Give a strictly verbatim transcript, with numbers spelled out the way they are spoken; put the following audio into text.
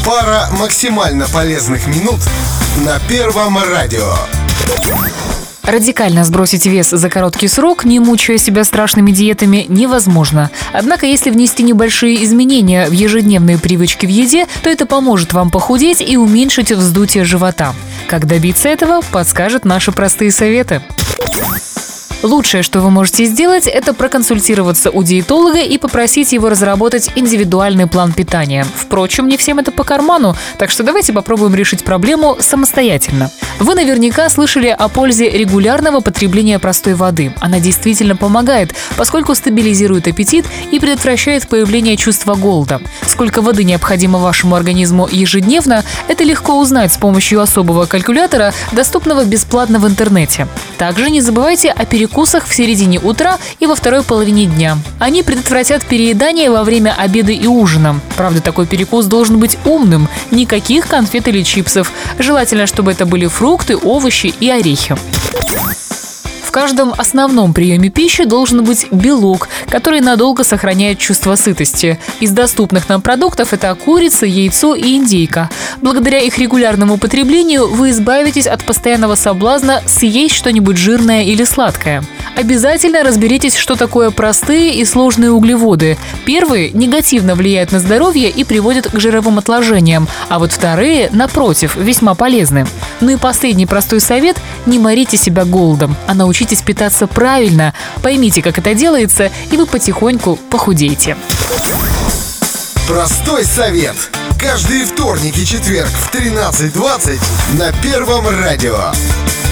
Пара максимально полезных минут на Первом радио. Радикально сбросить вес за короткий срок, не мучая себя страшными диетами, невозможно. Однако, если внести небольшие изменения в ежедневные привычки в еде, то это поможет вам похудеть и уменьшить вздутие живота. Как добиться этого, подскажут наши простые советы. Лучшее, что вы можете сделать, это проконсультироваться у диетолога и попросить его разработать индивидуальный план питания. Впрочем, не всем это по карману, так что давайте попробуем решить проблему самостоятельно. Вы наверняка слышали о пользе регулярного потребления простой воды. Она действительно помогает, поскольку стабилизирует аппетит и предотвращает появление чувства голода. Сколько воды необходимо вашему организму ежедневно, это легко узнать с помощью особого калькулятора, доступного бесплатно в интернете. Также не забывайте о перекусах в середине утра и во второй половине дня. Они предотвратят переедание во время обеда и ужина. Правда, такой перекус должен быть умным. Никаких конфет или чипсов. Желательно, чтобы это были фрукты, овощи и орехи. В каждом основном приеме пищи должен быть белок, который надолго сохраняет чувство сытости. Из доступных нам продуктов это курица, яйцо и индейка. Благодаря их регулярному потреблению вы избавитесь от постоянного соблазна съесть что-нибудь жирное или сладкое. Обязательно разберитесь, что такое простые и сложные углеводы. Первые негативно влияют на здоровье и приводят к жировым отложениям, а вот вторые, напротив, весьма полезны. Ну и последний простой совет – не морите себя голодом, а научитесь питаться правильно. Поймите, как это делается, и вы потихоньку похудеете. Простой совет. Каждый вторник и четверг в тринадцать двадцать на Первом радио.